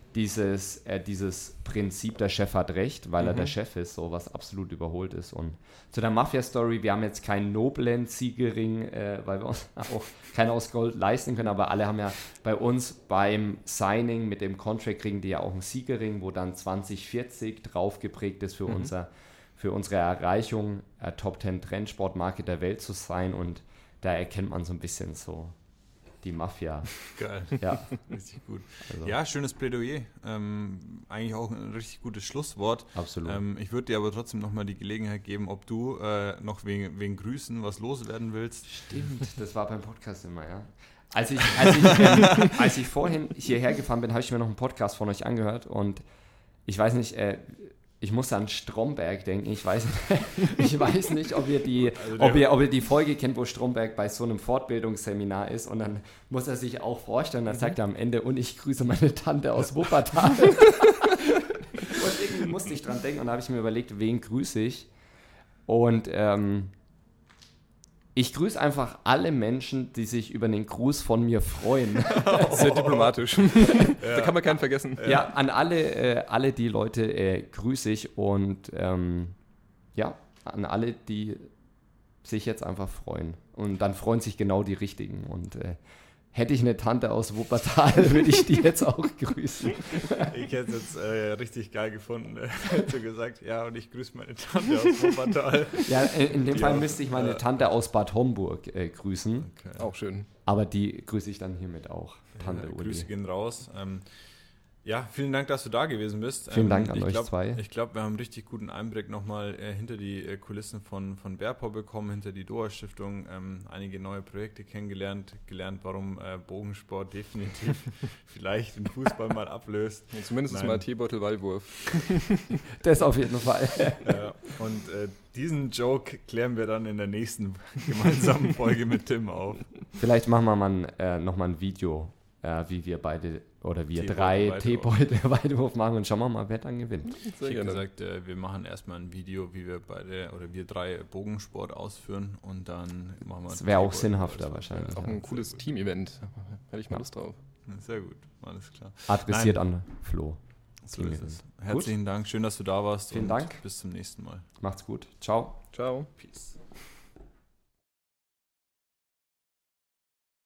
Prinzip, der Chef hat recht, weil er der Chef ist, so was absolut überholt ist. Und zu der Mafia-Story, wir haben jetzt keinen noblen Siegelring, weil wir uns auch keinen aus Gold leisten können, aber alle haben ja bei uns beim Signing mit dem Contract kriegen die ja auch einen Siegelring, wo dann 2040 drauf geprägt ist für unsere Erreichung, Top 10 Trendsportmarke der Welt zu sein, und da erkennt man so ein bisschen so die Mafia. Geil. Ja. Richtig gut. Also. Ja, schönes Plädoyer. Eigentlich auch ein richtig gutes Schlusswort. Absolut. Ich würde dir aber trotzdem nochmal die Gelegenheit geben, ob du noch wegen Grüßen was loswerden willst. Stimmt, das war beim Podcast immer, ja. Als ich vorhin hierher gefahren bin, habe ich mir noch einen Podcast von euch angehört und ich weiß nicht, ich muss an Stromberg denken. Ich weiß nicht, ob ihr die Folge kennt, wo Stromberg bei so einem Fortbildungsseminar ist und dann muss er sich auch vorstellen, dann sagt er am Ende, und ich grüße meine Tante aus Wuppertal. Und irgendwie musste ich dran denken und da habe ich mir überlegt, wen grüße ich? Und ich grüße einfach alle Menschen, die sich über den Gruß von mir freuen. Sehr diplomatisch. Da kann man keinen vergessen. Ja, an alle die Leute grüße ich und an alle, die sich jetzt einfach freuen. Und dann freuen sich genau die Richtigen. Und hätte ich eine Tante aus Wuppertal, würde ich die jetzt auch grüßen. Ich hätte es jetzt richtig geil gefunden. Hätte gesagt, ja, und ich grüße meine Tante aus Wuppertal. Ja, in dem Fall müsste ich meine Tante aus Bad Homburg grüßen. Okay. Auch schön. Aber die grüße ich dann hiermit auch. Tante Uli. Grüße gehen raus. Ja, vielen Dank, dass du da gewesen bist. Vielen Dank an euch zwei. Ich glaube, wir haben einen richtig guten Einblick nochmal hinter die Kulissen von Berpo bekommen, hinter die Doha-Stiftung, einige neue Projekte kennengelernt, warum Bogensport definitiv vielleicht den Fußball mal ablöst. Ja, zumindest mal Teebeutel-Weihwurf. Das auf jeden Fall. Und diesen Joke klären wir dann in der nächsten gemeinsamen Folge mit Tim auf. Vielleicht machen wir mal nochmal ein Video, wie wir beide oder wir drei Teebeutel-Weitwurf machen und schauen wir mal, wer dann gewinnt. Ich habe gesagt, wir machen erstmal ein Video, wie wir beide oder wir drei Bogensport ausführen und dann machen wir. Das wäre auch sinnhafter wahrscheinlich. Auch ein cooles Team-Event. Hätte ich mal Lust drauf. Sehr gut, alles klar. Adressiert an Flo. So ist es. Herzlichen Dank, schön, dass du da warst. Vielen Dank. Bis zum nächsten Mal. Macht's gut. Ciao. Ciao. Peace.